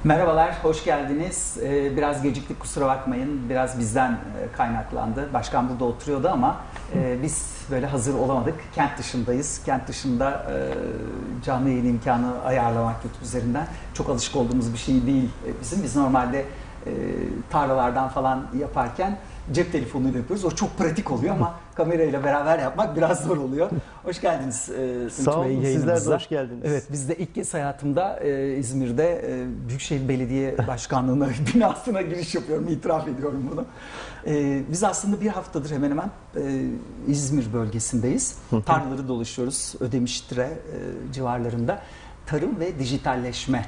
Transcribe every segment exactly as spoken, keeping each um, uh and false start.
Merhabalar, hoş geldiniz. Ee, biraz geciktik, kusura bakmayın. Biraz bizden e, kaynaklandı. Başkan burada oturuyordu ama e, biz böyle hazır olamadık. Kent dışındayız. Kent dışında e, canlı yayın imkanı ayarlamak YouTube üzerinden çok alışık olduğumuz bir şey değil bizim. Biz normalde e, tarlalardan falan yaparken cep telefonuyla yapıyoruz. O çok pratik oluyor ama kamerayla beraber yapmak biraz zor oluyor. Hoş geldiniz e, Sağ olun, sizler de hoş geldiniz. Evet, biz de ilk kez hayatımda e, İzmir'de e, Büyükşehir Belediye Başkanlığı'na, binasına giriş yapıyorum, itiraf ediyorum bunu. E, biz aslında bir haftadır hemen hemen e, İzmir bölgesindeyiz. Tarlaları dolaşıyoruz, Ödemiştire e, civarlarında. Tarım ve dijitalleşme.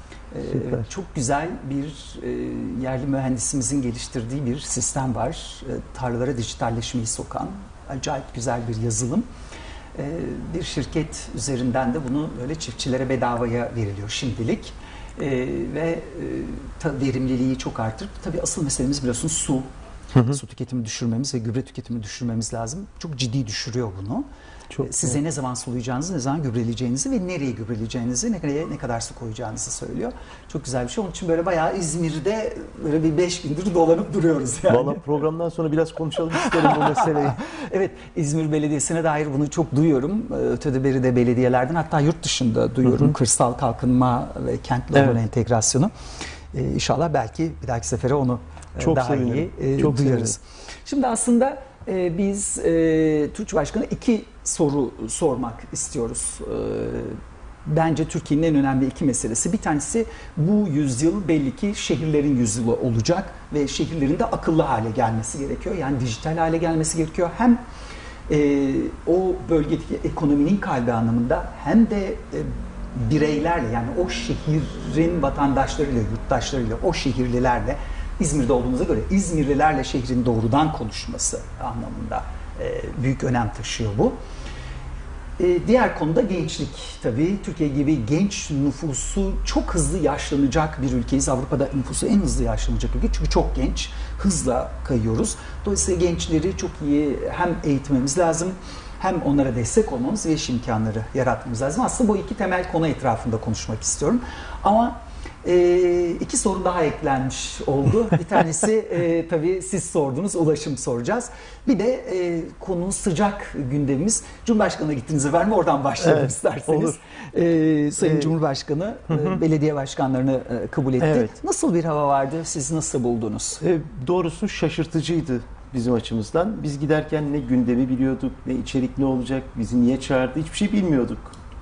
Ee, çok güzel bir e, yerli mühendisimizin geliştirdiği bir sistem var. E, tarlalara dijitalleşmeyi sokan acayip güzel bir yazılım. E, bir şirket üzerinden de bunu böyle çiftçilere bedavaya veriliyor şimdilik. E, ve e, verimliliği çok artırıp, tabii asıl meselemiz biliyorsun su. Hı hı. Su tüketimini düşürmemiz ve gübre tüketimini düşürmemiz lazım. Çok ciddi düşürüyor bunu. Çok Size evet. ne zaman sulayacağınızı, ne zaman gübreleyeceğinizi ve nereye gübreleyeceğinizi, nereye ne kadar su koyacağınızı söylüyor. Çok güzel bir şey. Onun için böyle bayağı İzmir'de böyle bir beş gündür dolanıp duruyoruz yani. Valla programdan sonra biraz konuşalım isterim bu meseleyi. Evet, İzmir Belediyesi'ne dair bunu çok duyuyorum. Ötede beri de belediyelerden, hatta yurt dışında duyuyorum. Hı hı. Kırsal kalkınma ve kentli evet. entegrasyonu. Ee, İnşallah belki bir dahaki sefere onu çok daha sevinirim. iyi e, çok duyarız. Sevinirim. Şimdi aslında e, biz e, Tuğçe Başkan'a iki soru sormak istiyoruz. E, bence Türkiye'nin en önemli iki meselesi. Bir tanesi, bu yüzyıl belli ki şehirlerin yüzyılı olacak ve şehirlerin de akıllı hale gelmesi gerekiyor. Yani dijital hale gelmesi gerekiyor. Hem e, o bölgedeki ekonominin kalbi anlamında, hem de e, bireylerle, yani o şehrin vatandaşlarıyla, yurttaşlarıyla, o şehirlilerle, İzmir'de olduğumuza göre İzmirlilerle şehrin doğrudan konuşması anlamında e, büyük önem taşıyor bu. E, diğer konuda gençlik tabii. Türkiye gibi genç nüfusu çok hızlı yaşlanacak bir ülkeyiz. Avrupa'da nüfusu en hızlı yaşlanacak ülke. Çünkü çok genç, hızla kayıyoruz. Dolayısıyla gençleri çok iyi hem eğitmemiz lazım, hem onlara destek olmamız ve iş imkanları yaratmamız lazım. Aslında bu iki temel konu etrafında konuşmak istiyorum. Ama e, iki soru daha eklenmiş oldu. Bir tanesi e, tabii siz sordunuz, ulaşım soracağız. Bir de e, konunun sıcak gündemimiz. Cumhurbaşkanı'na gittiniz efendim, oradan başlayalım evet, isterseniz. E, Sayın ee, Cumhurbaşkanı hı hı. E, belediye başkanlarını e, kabul etti. Evet. Nasıl bir hava vardı? Siz nasıl buldunuz? E, doğrusu şaşırtıcıydı bizim açımızdan. Biz giderken ne gündemi biliyorduk, ne içerik ne olacak, bizi niye çağırdı, hiçbir şey bilmiyorduk.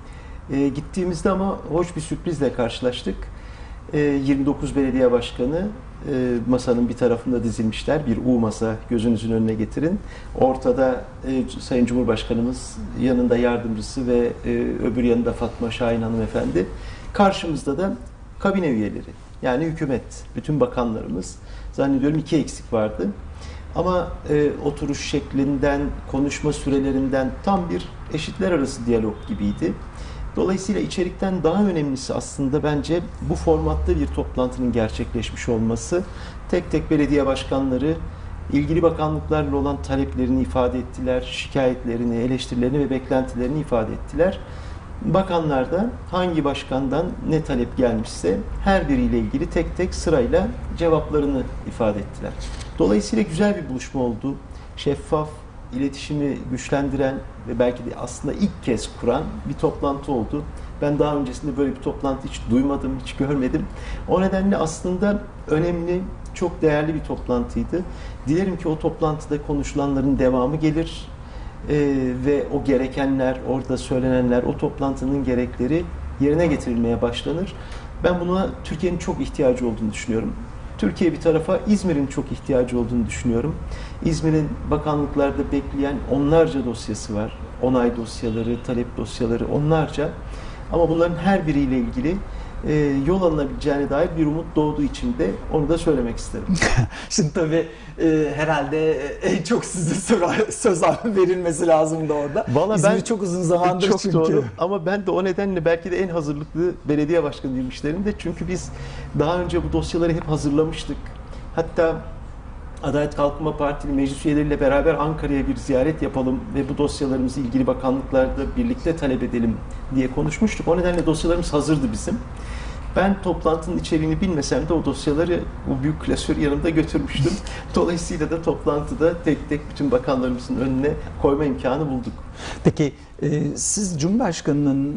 E, gittiğimizde ama hoş bir sürprizle karşılaştık. E, yirmi dokuz belediye başkanı e, masanın bir tarafında dizilmişler. Bir U masa, gözünüzün önüne getirin. Ortada e, Sayın Cumhurbaşkanımız, yanında yardımcısı ve e, öbür yanında Fatma Şahin hanımefendi. Karşımızda da kabine üyeleri, yani hükümet, bütün bakanlarımız. Zannediyorum iki eksik vardı. Ama e, oturuş şeklinden, konuşma sürelerinden tam bir eşitler arası diyalog gibiydi. Dolayısıyla içerikten daha önemlisi aslında bence bu formatta bir toplantının gerçekleşmiş olması. Tek tek belediye başkanları ilgili bakanlıklarla olan taleplerini ifade ettiler, şikayetlerini, eleştirilerini ve beklentilerini ifade ettiler. Bakanlar da hangi başkandan ne talep gelmişse her biriyle ilgili tek tek sırayla cevaplarını ifade ettiler. Dolayısıyla güzel bir buluşma oldu. Şeffaf, iletişimi güçlendiren ve belki de aslında ilk kez kuran bir toplantı oldu. Ben daha öncesinde böyle bir toplantı hiç duymadım, hiç görmedim. O nedenle aslında önemli, çok değerli bir toplantıydı. Dilerim ki o toplantıda konuşulanların devamı gelir ee, ve o gerekenler, orada söylenenler, o toplantının gerekleri yerine getirilmeye başlanır. Ben buna Türkiye'nin çok ihtiyacı olduğunu düşünüyorum. Türkiye bir tarafa, İzmir'in çok ihtiyacı olduğunu düşünüyorum. İzmir'in bakanlıklarda bekleyen onlarca dosyası var. Onay dosyaları, talep dosyaları onlarca. Ama bunların her biriyle ilgili e, yol alınabileceğine dair bir umut doğduğu için de onu da söylemek isterim. Şimdi tabii e, herhalde en çok size söz, söz verilmesi lazımdı orada. Vallahi İzmir ben, çok uzun zamandır çok çünkü. Doğru. Ama ben de o nedenle belki de en hazırlıklı belediye başkanıyım işlerinde. Çünkü biz daha önce bu dosyaları hep hazırlamıştık. Hatta Adalet Kalkınma Partili meclis üyeleriyle beraber Ankara'ya bir ziyaret yapalım ve bu dosyalarımızı ilgili bakanlıklarda birlikte talep edelim diye konuşmuştuk. O nedenle dosyalarımız hazırdı bizim. Ben toplantının içeriğini bilmesem de o dosyaları, o büyük klasörü yanımda götürmüştüm. Dolayısıyla da toplantıda tek tek bütün bakanlarımızın önüne koyma imkanı bulduk. Peki e, siz Cumhurbaşkanı'nın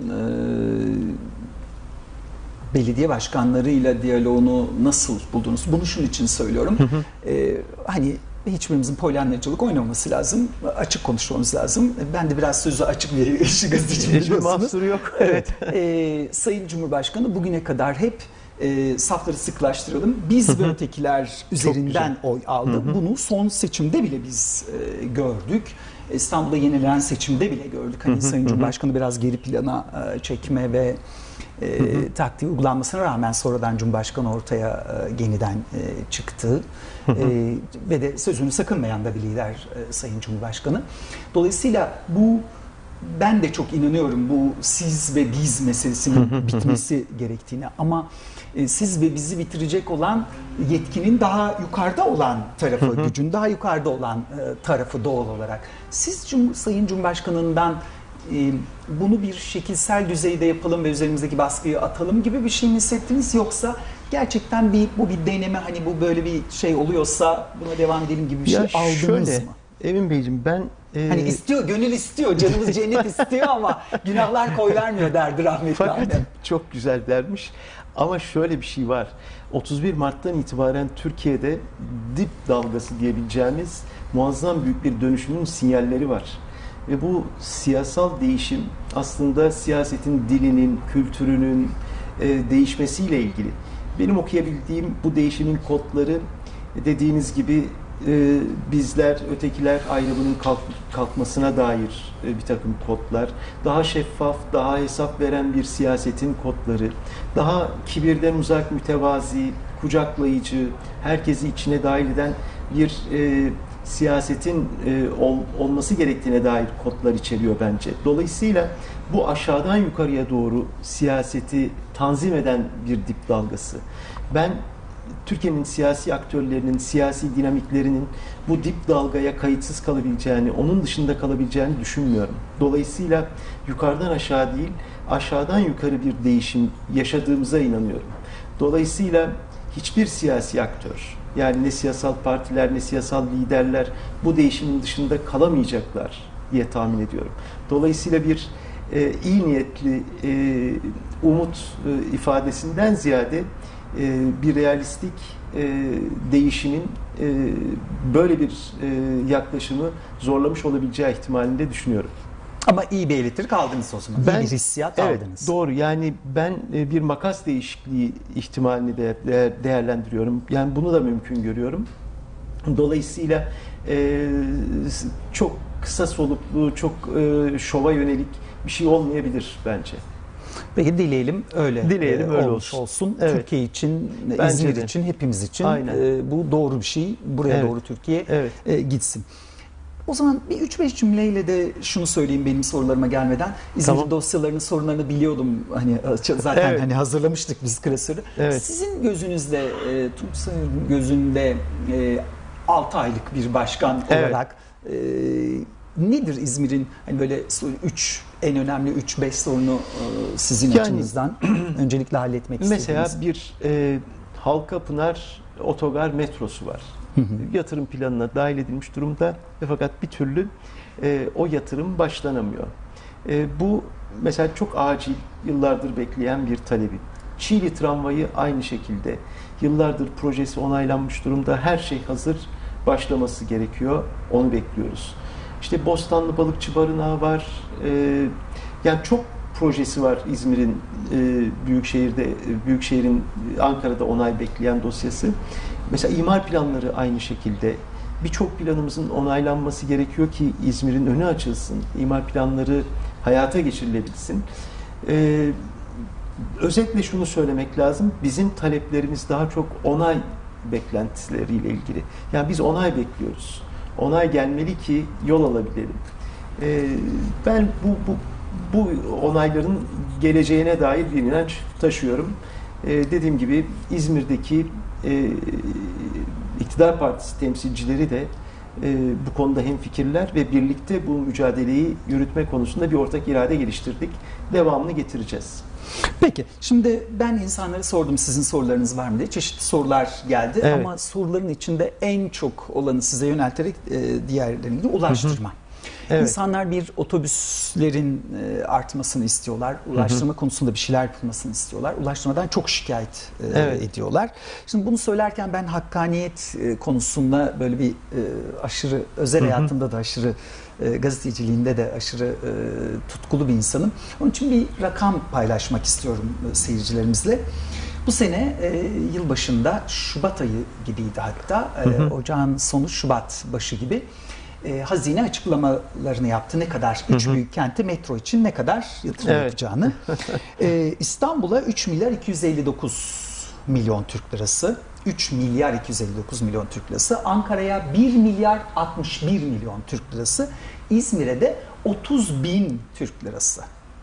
e, belediye başkanlarıyla diyaloğunu nasıl buldunuz? Bunu şunun için söylüyorum. Hı hı. E, hani hiçbirimizin polyanlacılık oynamaması lazım. Açık konuşmamız lazım. Ben de biraz sözü açık bir gazeteci biliyorsunuz. Hiçbir mahsuru yok. Evet. e, Sayın Cumhurbaşkanı bugüne kadar hep e, safları sıklaştıralım. Biz ve ötekiler üzerinden oy aldı. Hı hı. Bunu son seçimde bile biz e, gördük. İstanbul'da yenilen seçimde bile gördük. Hani hı hı. Sayın Cumhurbaşkanı biraz geri plana e, çekme ve e, hı hı. taktiği uygulanmasına rağmen sonradan Cumhurbaşkanı ortaya e, yeniden e, çıktı. Hı hı. E, ve de sözünü sakınmayan da bir lider e, Sayın Cumhurbaşkanı. Dolayısıyla bu, ben de çok inanıyorum bu siz ve biz meselesinin bitmesi gerektiğine, ama e, siz ve bizi bitirecek olan yetkinin daha yukarıda olan tarafı, gücün daha yukarıda olan e, tarafı doğal olarak. Siz Cum Sayın Cumhurbaşkanı'ndan e, bunu bir şekilsel düzeyde yapalım ve üzerimizdeki baskıyı atalım gibi bir şey mi hissettiniz, yoksa gerçekten bir bu bir deneme, hani bu böyle bir şey oluyorsa buna devam edelim gibi bir ya şey aldınız şöyle, mı? Emin Beyciğim, ben e... hani istiyor, gönül istiyor, canımız cennet istiyor ama günahlar koy vermiyor derdi rahmetli Fakat annem. çok güzel dermiş. Ama şöyle bir şey var. otuz bir Mart'tan itibaren Türkiye'de dip dalgası diyebileceğimiz muazzam büyük bir dönüşümün sinyalleri var. Ve bu siyasal değişim aslında siyasetin dilinin, kültürünün e, değişmesiyle ilgili. Benim okuyabildiğim bu değişimin kodları, dediğiniz gibi e, bizler, ötekiler ayrımının kalk, kalkmasına dair e, bir takım kodlar, daha şeffaf, daha hesap veren bir siyasetin kodları, daha kibirden uzak, mütevazi, kucaklayıcı, herkesi içine dahil eden bir e, siyasetin e, ol, olması gerektiğine dair kodlar içeriyor bence. Dolayısıyla bu aşağıdan yukarıya doğru siyaseti tanzim eden bir dip dalgası. Ben Türkiye'nin siyasi aktörlerinin, siyasi dinamiklerinin bu dip dalgaya kayıtsız kalabileceğini, onun dışında kalabileceğini düşünmüyorum. Dolayısıyla yukarıdan aşağı değil, aşağıdan yukarı bir değişim yaşadığımıza inanıyorum. Dolayısıyla hiçbir siyasi aktör, yani ne siyasal partiler, ne siyasal liderler bu değişimin dışında kalamayacaklar diye tahmin ediyorum. Dolayısıyla bir e, iyi niyetli e, umut e, ifadesinden ziyade e, bir realistik e, değişimin e, böyle bir e, yaklaşımı zorlamış olabileceği ihtimalini de düşünüyorum. Ama iyi bir elektrik aldınız o zaman. Ben, iyi bir hissiyat evet, aldınız. Doğru. Yani ben bir makas değişikliği ihtimalini de değerlendiriyorum. Yani bunu da mümkün görüyorum. Dolayısıyla e, çok kısa soluklu, çok e, şova yönelik bir şey olmayabilir bence. Peki dileyelim öyle, dileyelim, e, öyle olmuş olsun. olsun. Evet. Türkiye için, Bence İzmir de. için, hepimiz için Aynen. e, bu doğru bir şey. Buraya evet. doğru Türkiye evet. e, gitsin. O zaman bir üç beş cümleyle de şunu söyleyeyim benim sorularıma gelmeden. İzmir tamam. dosyalarının sorunlarını biliyordum. Hani zaten evet. hani hazırlamıştık biz klasörü. Evet. Sizin gözünüzde, e, Tunç'un gözünde e, altı aylık bir başkan evet. olarak e, nedir İzmir'in hani böyle üç en önemli üç beş sorunu e, sizin yani, açınızdan öncelikle halletmek istediğiniz? Mesela bir e, Halkapınar otogar metrosu var. Yatırım planına dahil edilmiş durumda ve fakat bir türlü e, o yatırım başlanamıyor. E, bu mesela çok acil, yıllardır bekleyen bir talebi. Çiğli tramvayı aynı şekilde. Yıllardır projesi onaylanmış durumda. Her şey hazır, başlaması gerekiyor. Onu bekliyoruz. İşte Bostanlı Balıkçı Barınağı var. E, yani çok projesi var İzmir'in e, Büyükşehir'de, Büyükşehir'in Ankara'da onay bekleyen dosyası. Mesela imar planları aynı şekilde. Birçok planımızın onaylanması gerekiyor ki İzmir'in önü açılsın. İmar planları hayata geçirilebilsin. Ee, özetle şunu söylemek lazım. Bizim taleplerimiz daha çok onay beklentileriyle ilgili. Yani biz onay bekliyoruz. Onay gelmeli ki yol alabilelim. Ee, ben bu, bu, bu onayların geleceğine dair bir inanç taşıyorum. Ee, dediğim gibi İzmir'deki e, iktidar partisi temsilcileri de e, bu konuda hemfikirler ve birlikte bu mücadeleyi yürütme konusunda bir ortak irade geliştirdik. Devamını getireceğiz. Peki, şimdi ben insanlara sordum sizin sorularınız var mı diye. Çeşitli sorular geldi Evet. ama soruların içinde en çok olanı size yönelterek e, diğerlerine de ulaştırma. Hı hı. Evet. İnsanlar bir otobüslerin e, artmasını istiyorlar. Ulaştırma hı hı. konusunda bir şeyler yapılmasını istiyorlar. Ulaştırmadan çok şikayet e, evet. ediyorlar. Şimdi bunu söylerken ben hakkaniyet e, konusunda böyle bir e, aşırı, özel hı hı. hayatımda da aşırı, e, gazeteciliğimde de aşırı e, tutkulu bir insanım. Onun için bir rakam paylaşmak istiyorum e, seyircilerimizle. Bu sene e, yılbaşında Şubat ayı gibiydi hatta. E, hı hı. Ocağın sonu Şubat başı gibi. E, hazine açıklamalarını yaptı. Ne kadar üç büyük kenti metro için ne kadar yatırım evet. yapacağını. e, İstanbul'a üç milyar iki yüz elli dokuz milyon Türk lirası. üç milyar iki yüz elli dokuz milyon Türk lirası. Ankara'ya bir milyar altmış bir milyon Türk lirası. İzmir'e de otuz bin Türk lirası.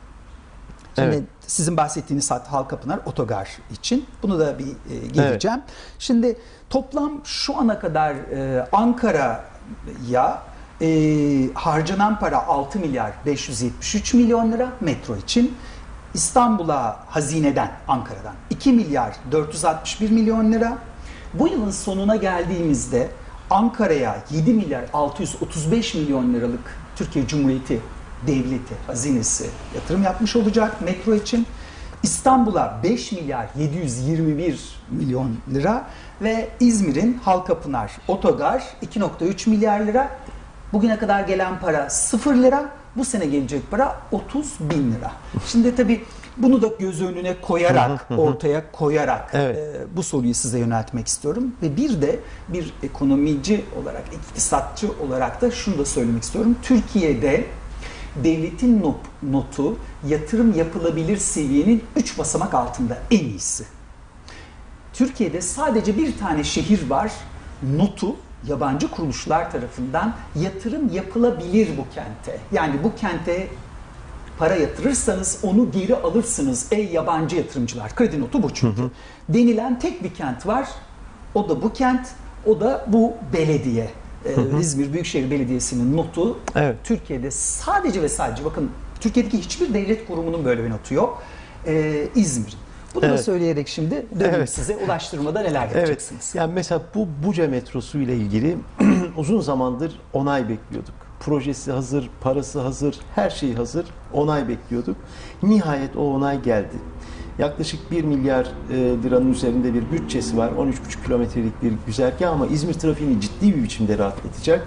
Şimdi evet. sizin bahsettiğiniz Halkapınar Otogar için. Bunu da bir e, geleceğim. Evet. Şimdi toplam şu ana kadar e, Ankara'ya e, harcanan para altı milyar beş yüz yetmiş üç milyon lira metro için. İstanbul'a hazineden, Ankara'dan iki milyar dört yüz altmış bir milyon lira. Bu yılın sonuna geldiğimizde Ankara'ya yedi milyar altı yüz otuz beş milyon liralık Türkiye Cumhuriyeti Devleti hazinesi yatırım yapmış olacak metro için. İstanbul'a beş milyar yedi yüz yirmi bir milyon lira ve İzmir'in Halkapınar Otogar iki nokta üç milyar lira. Bugüne kadar gelen para sıfır lira. Bu sene gelecek para otuz bin lira. Şimdi tabii bunu da göz önüne koyarak, ortaya koyarak evet. e, bu soruyu size yöneltmek istiyorum. Ve bir de bir ekonomici olarak, iktisatçı olarak da şunu da söylemek istiyorum. Türkiye'de devletin not, notu yatırım yapılabilir seviyenin üç basamak altında, en iyisi. Türkiye'de sadece bir tane şehir var, notu yabancı kuruluşlar tarafından yatırım yapılabilir bu kente. Yani bu kente para yatırırsanız onu geri alırsınız ey yabancı yatırımcılar. Kredi notu bu çünkü. Hı hı. Denilen tek bir kent var. O da bu kent, o da bu belediye. Hı hı. İzmir Büyükşehir Belediyesi'nin notu evet. Türkiye'de sadece ve sadece, bakın Türkiye'deki hiçbir devlet kurumunun böyle bir notu yok. Ee, İzmir'in. Bunu evet. da söyleyerek şimdi döneyim evet. size ulaştırmada neler yapacaksınız? Evet. Yani mesela bu Buca metrosu ile ilgili uzun zamandır onay bekliyorduk. Projesi hazır, parası hazır, her şey hazır. Onay bekliyorduk. Nihayet o onay geldi. Yaklaşık bir milyar liranın üzerinde bir bütçesi var. on üç buçuk kilometrelik bir güzergah ama İzmir trafiğini ciddi bir biçimde rahatlatacak.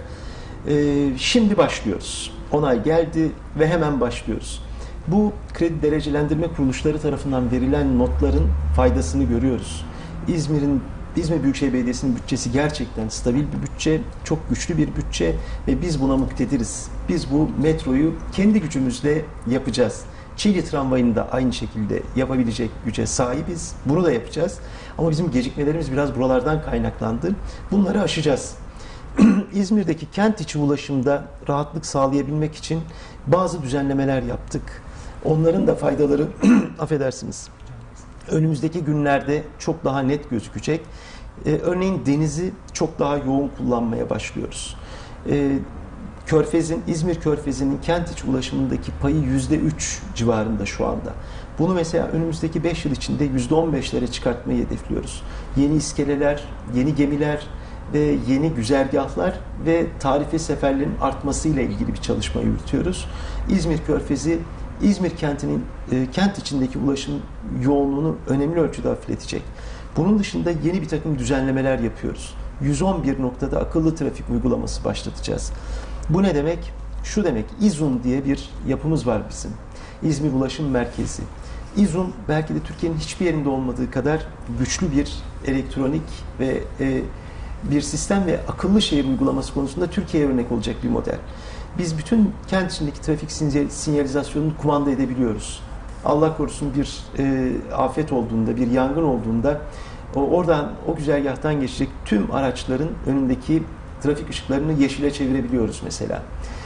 Şimdi başlıyoruz. Onay geldi ve hemen başlıyoruz. Bu kredi derecelendirme kuruluşları tarafından verilen notların faydasını görüyoruz. İzmir'in İzmir Büyükşehir Belediyesi'nin bütçesi gerçekten stabil bir bütçe, çok güçlü bir bütçe ve biz buna muktediriz. Biz bu metroyu kendi gücümüzle yapacağız. Çiğli tramvayını da aynı şekilde yapabilecek güce sahibiz. Bunu da yapacağız. Ama bizim gecikmelerimiz biraz buralardan kaynaklandı. Bunları aşacağız. İzmir'deki kent içi ulaşımda rahatlık sağlayabilmek için bazı düzenlemeler yaptık. Onların da faydaları, affedersiniz, önümüzdeki günlerde çok daha net gözükecek. Ee, örneğin denizi çok daha yoğun kullanmaya başlıyoruz. Ee, Körfez'in, İzmir Körfezi'nin kent içi ulaşımındaki payı yüzde üç civarında şu anda. Bunu mesela önümüzdeki beş yıl içinde yüzde on beşlere çıkartmayı hedefliyoruz. Yeni iskeleler, yeni gemiler ve yeni güzergahlar ve tarife seferlerin artmasıyla ilgili bir çalışma yürütüyoruz. İzmir Körfezi, İzmir kentinin e, kent içindeki ulaşım yoğunluğunu önemli ölçüde hafifletecek. Bunun dışında yeni bir takım düzenlemeler yapıyoruz. yüz on bir noktada akıllı trafik uygulaması başlatacağız. Bu ne demek? Şu demek, İZUM diye bir yapımız var bizim. İzmir Ulaşım Merkezi. İZUM belki de Türkiye'nin hiçbir yerinde olmadığı kadar güçlü bir elektronik ve e, bir sistem ve akıllı şehir uygulaması konusunda Türkiye'ye örnek olacak bir model. Biz bütün kent içindeki trafik sinyalizasyonunu kumanda edebiliyoruz. Allah korusun bir e, afet olduğunda, bir yangın olduğunda o, oradan, o güzergahtan geçecek tüm araçların önündeki trafik ışıklarını yeşile çevirebiliyoruz mesela.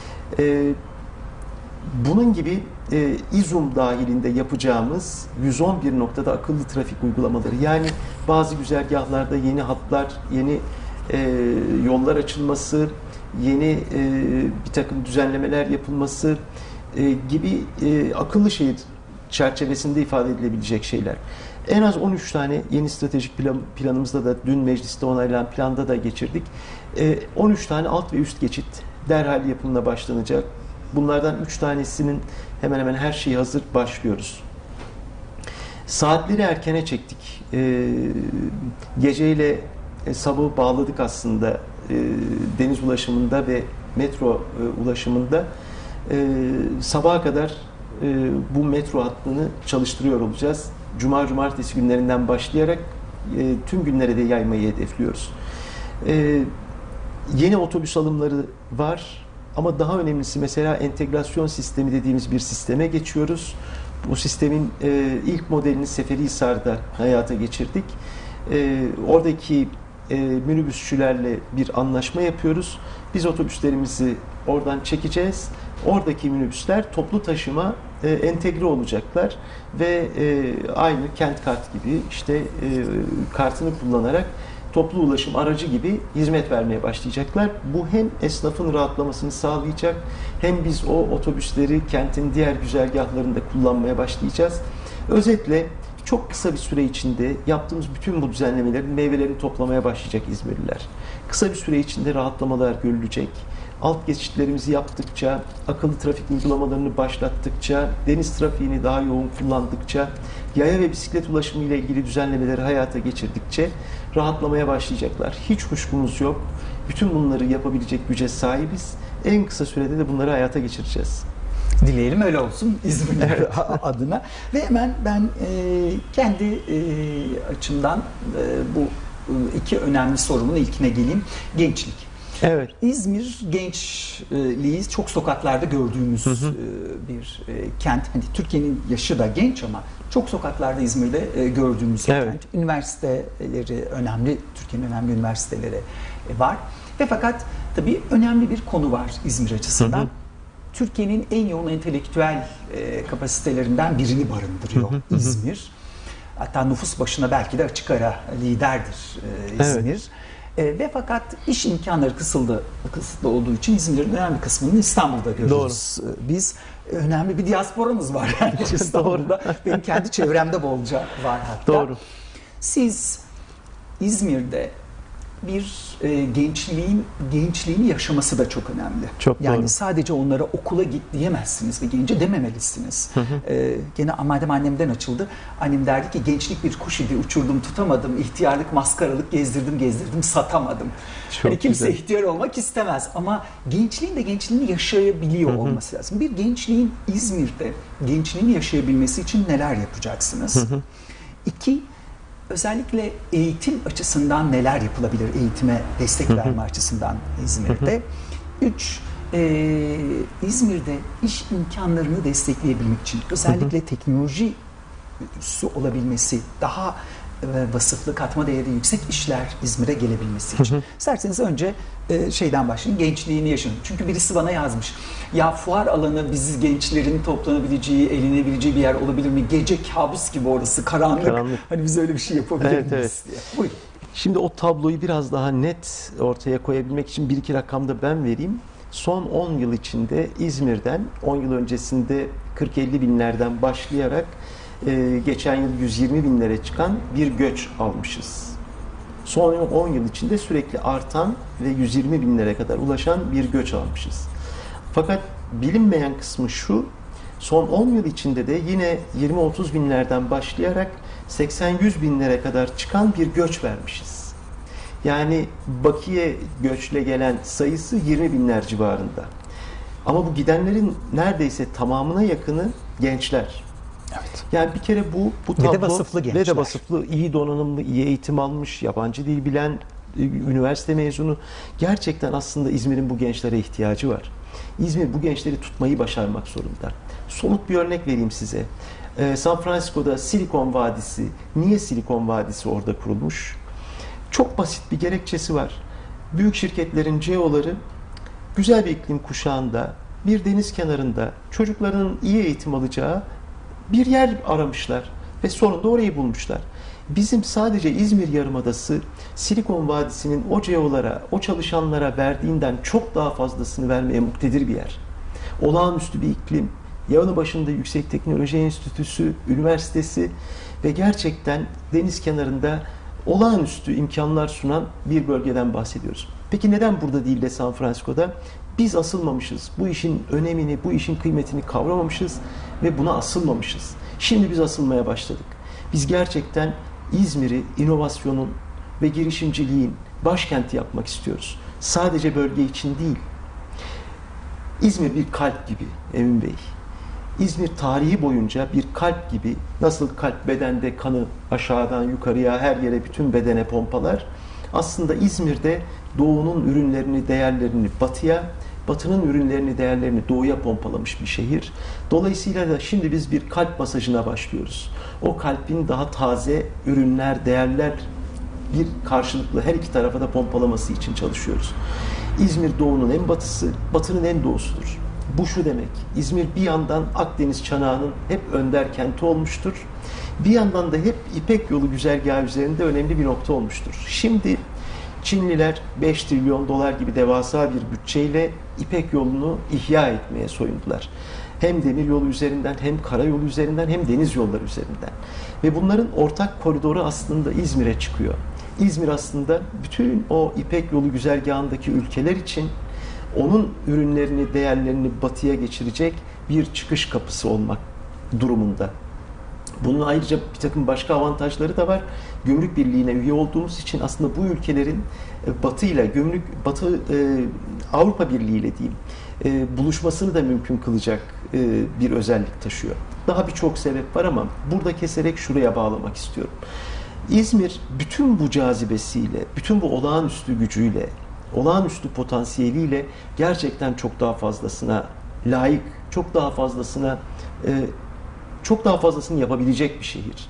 E, bunun gibi e, İZUM dahilinde yapacağımız yüz on bir noktada akıllı trafik uygulamaları, yani bazı güzergahlarda yeni hatlar, yeni e, yollar açılması, yeni e, bir takım düzenlemeler yapılması e, gibi e, akıllı şehir çerçevesinde ifade edilebilecek şeyler. En az on üç tane yeni stratejik plan, planımızda da dün mecliste onaylanan planda da geçirdik. E, on üç tane alt ve üst geçit derhal yapımına başlanacak. Bunlardan üç tanesinin hemen hemen her şeyi hazır, başlıyoruz. Saatleri erkene çektik. E, geceyle e, sabahı bağladık aslında e, deniz ulaşımında ve metro e, ulaşımında. E, sabaha kadar e, bu metro hattını çalıştırıyor olacağız. Cuma, cumartesi günlerinden başlayarak e, tüm günlere de yaymayı hedefliyoruz. E, yeni otobüs alımları var ama daha önemlisi mesela entegrasyon sistemi dediğimiz bir sisteme geçiyoruz. Bu sistemin e, ilk modelini Seferihisar'da hayata geçirdik. E, oradaki e, minibüsçülerle bir anlaşma yapıyoruz. Biz otobüslerimizi oradan çekeceğiz. Oradaki minibüsler toplu taşıma e, entegre olacaklar ve e, aynı kent kart gibi işte e, kartını kullanarak toplu ulaşım aracı gibi hizmet vermeye başlayacaklar. Bu hem esnafın rahatlamasını sağlayacak, hem biz o otobüsleri kentin diğer güzergahlarında kullanmaya başlayacağız. Özetle çok kısa bir süre içinde yaptığımız bütün bu düzenlemelerin meyvelerini toplamaya başlayacak İzmirliler. Kısa bir süre içinde rahatlamalar görülecek. Alt geçitlerimizi yaptıkça, akıllı trafik uygulamalarını başlattıkça, deniz trafiğini daha yoğun kullandıkça, yaya ve bisiklet ulaşımı ile ilgili düzenlemeleri hayata geçirdikçe rahatlamaya başlayacaklar. Hiç kuşkumuz yok. Bütün bunları yapabilecek güce sahibiz. En kısa sürede de bunları hayata geçireceğiz. Dileyelim öyle olsun İzmirliler adına. Ve hemen ben e, kendi e, açımdan e, bu iki önemli sorumun ilkine geleyim. Gençlik. Evet. İzmir gençliği çok sokaklarda gördüğümüz hı hı. bir kent. Hani Türkiye'nin yaşı da genç ama çok sokaklarda İzmir'de gördüğümüz bir evet. kent. Üniversiteleri önemli, Türkiye'nin önemli üniversiteleri var. Ve fakat tabii önemli bir konu var İzmir açısından. Hı hı. Türkiye'nin en yoğun entelektüel kapasitelerinden birini barındırıyor hı hı. İzmir. Hatta nüfus başına belki de açık ara liderdir İzmir. Evet. E, ve fakat iş imkanları kısıldı, kısıtlı olduğu için İzmir'in önemli kısmını İstanbul'da görüyoruz. Doğru. Biz önemli bir diasporamız var yani İstanbul'da. Benim kendi çevremde bolca var hatta. Doğru. Siz İzmir'de bir e, gençliğin gençliğini yaşaması da çok önemli. Çok yani doğru. Sadece onlara okula git diyemezsiniz ve gence dememelisiniz. Hı hı. E, gene madem annemden açıldı. Annem derdi ki gençlik bir kuş idi, uçurdum tutamadım. İhtiyarlık maskaralık gezdirdim gezdirdim satamadım. Yani kimse güzel. ihtiyar olmak istemez ama gençliğin de gençliğini yaşayabiliyor hı hı. olması lazım. Bir gençliğin İzmir'de gençliğini yaşayabilmesi için neler yapacaksınız? Hı hı. İki, özellikle eğitim açısından neler yapılabilir? Eğitime destek hı hı. verme açısından İzmir'de. Hı hı. Üç, e, İzmir'de iş imkanlarını destekleyebilmek için özellikle hı hı. teknoloji olabilmesi, daha e, vasıflı, katma değeri yüksek işler İzmir'e gelebilmesi için. Hı hı. İsterseniz önce e, şeyden başlayın, gençliğini yaşayın. Çünkü birisi bana yazmış. Ya fuar alanı bizi gençlerin toplanabileceği, eğlenebileceği bir yer olabilir mi? Gece kabus gibi orası, karanlık. karanlık. Hani biz öyle bir şey yapabilir evet, miyiz? Evet. Buyurun. Şimdi o tabloyu biraz daha net ortaya koyabilmek için bir iki rakam da ben vereyim. Son on yıl içinde İzmir'den, on yıl öncesinde kırk elli binlerden başlayarak e, geçen yıl yüz yirmi binlere çıkan bir göç almışız. Son on yıl içinde sürekli artan ve yüz yirmi binlere kadar ulaşan bir göç almışız. Fakat bilinmeyen kısmı şu, son on yıl içinde de yine yirmi otuz binlerden başlayarak seksen yüz binlere kadar çıkan bir göç vermişiz. Yani bakiye göçle gelen sayısı yirmi binler civarında. Ama bu gidenlerin neredeyse tamamına yakını gençler. Evet. Yani bir kere bu bu tablo ve de vasıflı gençler. Ve de vasıflı, iyi donanımlı, iyi eğitim almış, yabancı dil bilen, üniversite mezunu. Gerçekten aslında İzmir'in bu gençlere ihtiyacı var. İzmir bu gençleri tutmayı başarmak zorunda. Somut bir örnek vereyim size. Ee, San Francisco'da Silikon Vadisi, niye Silikon Vadisi orada kurulmuş? Çok basit bir gerekçesi var. Büyük şirketlerin C E O'ları güzel bir iklim kuşağında, bir deniz kenarında çocukların iyi eğitim alacağı bir yer aramışlar ve sonunda orayı bulmuşlar. bizim sadece İzmir Yarımadası Silikon Vadisi'nin o C E O'lara, o çalışanlara verdiğinden çok daha fazlasını vermeye muktedir bir yer. Olağanüstü bir iklim, yanı başında Yüksek Teknoloji Enstitüsü, üniversitesi ve gerçekten deniz kenarında olağanüstü imkanlar sunan bir bölgeden bahsediyoruz. Peki neden burada değil de San Francisco'da? Biz asılmamışız. Bu işin önemini, bu işin kıymetini kavramamışız ve buna asılmamışız. Şimdi biz asılmaya başladık. Biz gerçekten İzmir'i inovasyonun ve girişimciliğin başkenti yapmak istiyoruz. Sadece bölge için değil. İzmir bir kalp gibi Emin Bey. İzmir tarihi boyunca bir kalp gibi, nasıl kalp bedende kanı aşağıdan yukarıya her yere bütün bedene pompalar. Aslında İzmir'de doğunun ürünlerini, değerlerini batıya, batının ürünlerini, değerlerini doğuya pompalamış bir şehir. Dolayısıyla da şimdi biz bir kalp masajına başlıyoruz. O kalbin daha taze ürünler, değerler bir karşılıklı her iki tarafa da pompalaması için çalışıyoruz. İzmir doğunun en batısı, batının en doğusudur. Bu şu demek, İzmir bir yandan Akdeniz çanağının hep önder kenti olmuştur. Bir yandan da hep İpek Yolu güzergahı üzerinde önemli bir nokta olmuştur. Şimdi Çinliler beş trilyon dolar gibi devasa bir bütçeyle İpek Yolu'nu ihya etmeye soyundular. Hem demir yolu üzerinden, hem karayolu üzerinden, hem deniz yolları üzerinden. Ve bunların ortak koridoru aslında İzmir'e çıkıyor. İzmir aslında bütün o İpek Yolu güzergahındaki ülkeler için onun ürünlerini, değerlerini batıya geçirecek bir çıkış kapısı olmak durumunda. Bunun ayrıca bir takım başka avantajları da var. Gümrük Birliği'ne üye olduğumuz için aslında bu ülkelerin Batı ile gümrük Batı e, Avrupa Birliği ile diyeyim e, buluşmasını da mümkün kılacak e, bir özellik taşıyor. Daha birçok sebep var ama burada keserek şuraya bağlamak istiyorum. İzmir bütün bu cazibesiyle, bütün bu olağanüstü gücüyle, olağanüstü potansiyeliyle gerçekten çok daha fazlasına layık, çok daha fazlasına e, çok daha fazlasını yapabilecek bir şehir.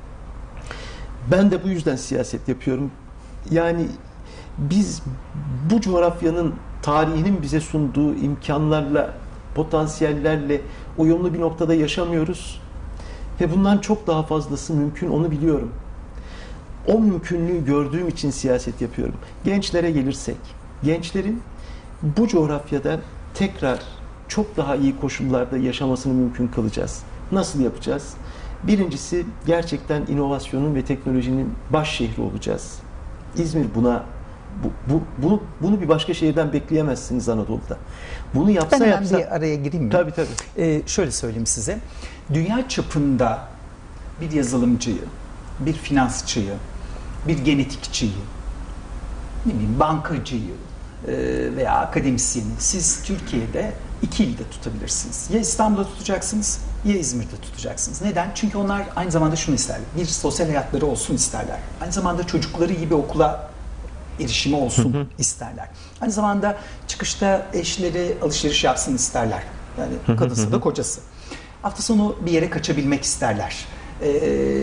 Ben de bu yüzden siyaset yapıyorum. Yani biz bu coğrafyanın tarihinin bize sunduğu imkanlarla, potansiyellerle uyumlu bir noktada yaşamıyoruz. Ve bundan çok daha fazlası mümkün, onu biliyorum. O mümkünlüğü gördüğüm için siyaset yapıyorum. Gençlere gelirsek, gençlerin bu coğrafyada tekrar çok daha iyi koşullarda yaşamasını mümkün kılacağız. Nasıl yapacağız? Birincisi gerçekten inovasyonun ve teknolojinin baş şehri olacağız. İzmir buna bu, bu, bunu, bunu bir başka şehirden bekleyemezsiniz Anadolu'da. Bunu yapsa ben yapsa... bir araya gireyim mi? Tabii tabii. Ee, şöyle söyleyeyim size. Dünya çapında bir yazılımcıyı, bir finansçıyı, bir genetikçiyi, ne bileyim bankacıyı e, veya akademisyeni siz Türkiye'de iki ilde tutabilirsiniz. Ya İstanbul'da tutacaksınız ya İzmir'de tutacaksınız. Neden? Çünkü onlar aynı zamanda şunu isterler. Bir, sosyal hayatları olsun isterler. Aynı zamanda çocukları iyi bir okula erişimi olsun isterler. Aynı zamanda çıkışta eşleri alışveriş yapsın isterler. Yani kadınsa da kocası. Hafta sonu bir yere kaçabilmek isterler. Ee,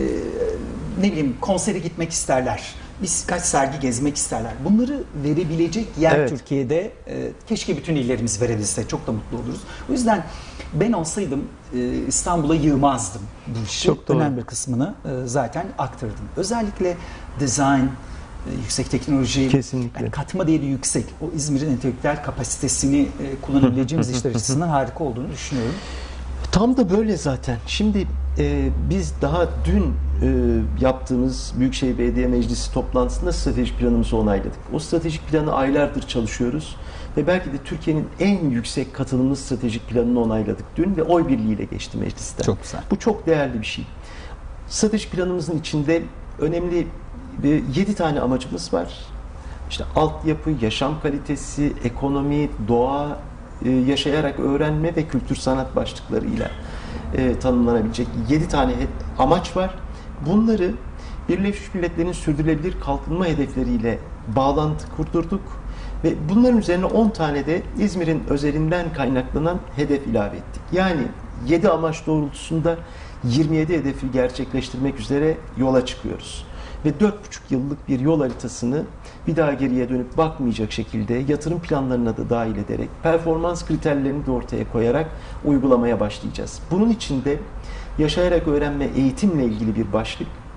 ne bileyim konsere gitmek isterler. Birkaç sergi gezmek isterler. Bunları verebilecek yer evet. Türkiye'de e, keşke bütün illerimiz verebilse. Çok da mutlu oluruz. O yüzden ben olsaydım e, İstanbul'a yığmazdım bu işi. Çok önemli bir kısmını e, zaten aktardım. Özellikle design, e, yüksek teknoloji, yani katma değeri yüksek. O İzmir'in entelektüel kapasitesini e, kullanabileceğimiz işler açısından harika olduğunu düşünüyorum. Tam da böyle zaten. Şimdi e, biz daha dün e, yaptığımız Büyükşehir Belediye Meclisi toplantısında stratejik planımızı onayladık. O stratejik planı aylardır çalışıyoruz ve belki de Türkiye'nin en yüksek katılımlı stratejik planını onayladık dün ve oy birliğiyle geçti meclisten. Çok güzel. Bu çok değerli bir şey. Stratejik planımızın içinde önemli yedi tane amacımız var. İşte altyapı, yaşam kalitesi, ekonomi, doğa, yaşayarak öğrenme ve kültür sanat başlıklarıyla e, tanımlanabilecek yedi tane amaç var. Bunları Birleşmiş Milletler'in sürdürülebilir kalkınma hedefleriyle bağlantı kurdurduk ve bunların üzerine on tane de İzmir'in özelinden kaynaklanan hedef ilave ettik. Yani yedi amaç doğrultusunda yirmi yedi hedefi gerçekleştirmek üzere yola çıkıyoruz. Ve dört buçuk yıllık bir yol haritasını bir daha geriye dönüp bakmayacak şekilde yatırım planlarına da dahil ederek, performans kriterlerini de ortaya koyarak uygulamaya başlayacağız. Bunun için de yaşayarak öğrenme eğitimle ilgili bir başlık,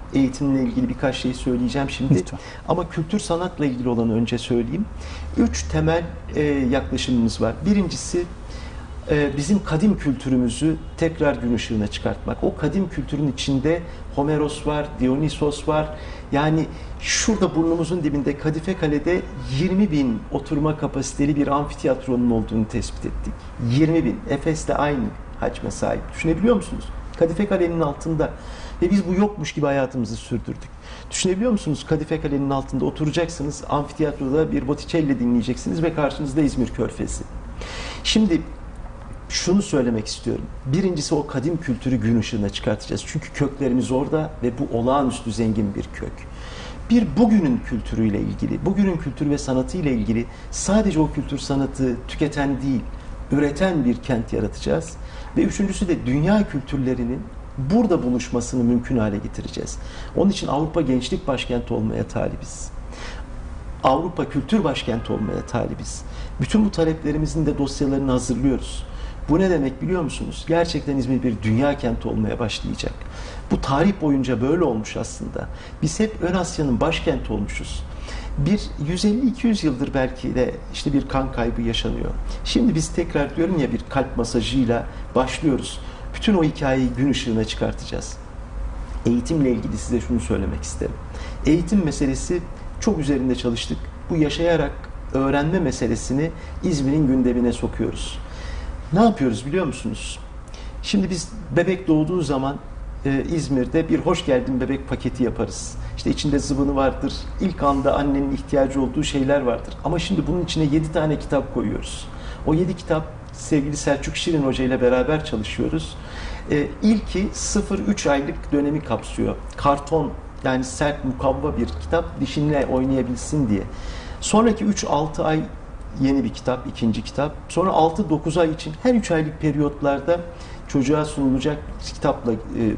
Eğitimle ilgili birkaç şey söyleyeceğim şimdi. Lütfen. Ama kültür sanatla ilgili olanı önce söyleyeyim. Üç temel e, yaklaşımımız var. Birincisi e, bizim kadim kültürümüzü tekrar gün ışığına çıkartmak. O kadim kültürün içinde Homeros var, Dionysos var. Yani şurada burnumuzun dibinde Kadife Kale'de yirmi bin oturma kapasiteli bir amfiteyatronun olduğunu tespit ettik. yirmi bin. Efes'te aynı hacme sahip. Düşünebiliyor musunuz? Kadife Kale'nin altında. Ve biz bu yokmuş gibi hayatımızı sürdürdük. Düşünebiliyor musunuz? Kadife Kale'nin altında oturacaksınız, amfiteyatroda bir Botticelli dinleyeceksiniz ve karşınızda İzmir Körfezi. Şimdi şunu söylemek istiyorum. Birincisi o kadim kültürü gün ışığına çıkartacağız. Çünkü köklerimiz orada ve bu olağanüstü zengin bir kök. Bir bugünün kültürüyle ilgili, bugünün kültürü ve sanatı ile ilgili sadece o kültür sanatı tüketen değil, üreten bir kent yaratacağız. Ve üçüncüsü de dünya kültürlerinin burada buluşmasını mümkün hale getireceğiz. Onun için Avrupa Gençlik Başkenti olmaya talibiz. Avrupa Kültür Başkenti olmaya talibiz. Bütün bu taleplerimizin de dosyalarını hazırlıyoruz. Bu ne demek biliyor musunuz? Gerçekten İzmir bir dünya kenti olmaya başlayacak. Bu tarih boyunca böyle olmuş aslında. Biz hep Ön Asya'nın başkenti olmuşuz. Bir yüz elli iki yüz yıldır belki de işte bir kan kaybı yaşanıyor. Şimdi biz tekrar diyorum ya bir kalp masajıyla başlıyoruz. Bütün o hikayeyi gün ışığına çıkartacağız. Eğitimle ilgili size şunu söylemek isterim. Eğitim meselesi çok üzerinde çalıştık. Bu yaşayarak öğrenme meselesini İzmir'in gündemine sokuyoruz. Ne yapıyoruz biliyor musunuz? Şimdi biz bebek doğduğu zaman e, İzmir'de bir hoş geldin bebek paketi yaparız. İşte içinde zıvını vardır. İlk anda annenin ihtiyacı olduğu şeyler vardır. Ama şimdi bunun içine yedi tane kitap koyuyoruz. O yedi kitap sevgili Selçuk Şirin Hoca ile beraber çalışıyoruz. Ee, ilki sıfır üç aylık dönemi kapsıyor. Karton yani sert mukavva bir kitap dişinle oynayabilsin diye. Sonraki üç altı ay yeni bir kitap, ikinci kitap. Sonra altı dokuz ay için her üç aylık periyotlarda çocuğa sunulacak kitapla e,